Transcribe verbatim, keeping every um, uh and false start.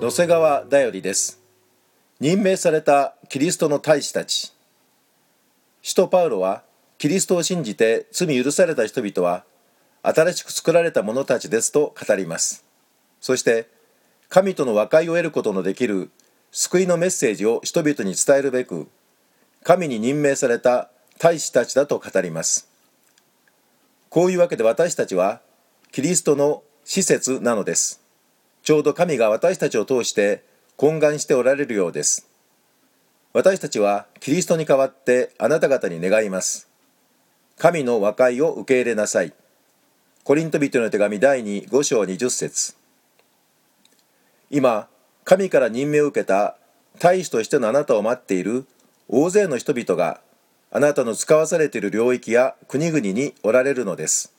野瀬川だよりです。任命されたキリストの大使たち。使徒パウロは、キリストを信じて罪許された人々は、新しく作られた者たちですと語ります。そして、神との和解を得ることのできる救いのメッセージを人々に伝えるべく、神に任命された大使たちだと語ります。こういうわけで私たちは、キリストの使節なのです。ちょうど神が私たちを通して懇願しておられるようです。私たちはキリストに代わってあなた方に願います。神の和解を受け入れなさい。コリント人の手紙だいにご章にじゅっ節。今、神から任命を受けた大使としてのあなたを待っている大勢の人々があなたの使わされている領域や国々におられるのです。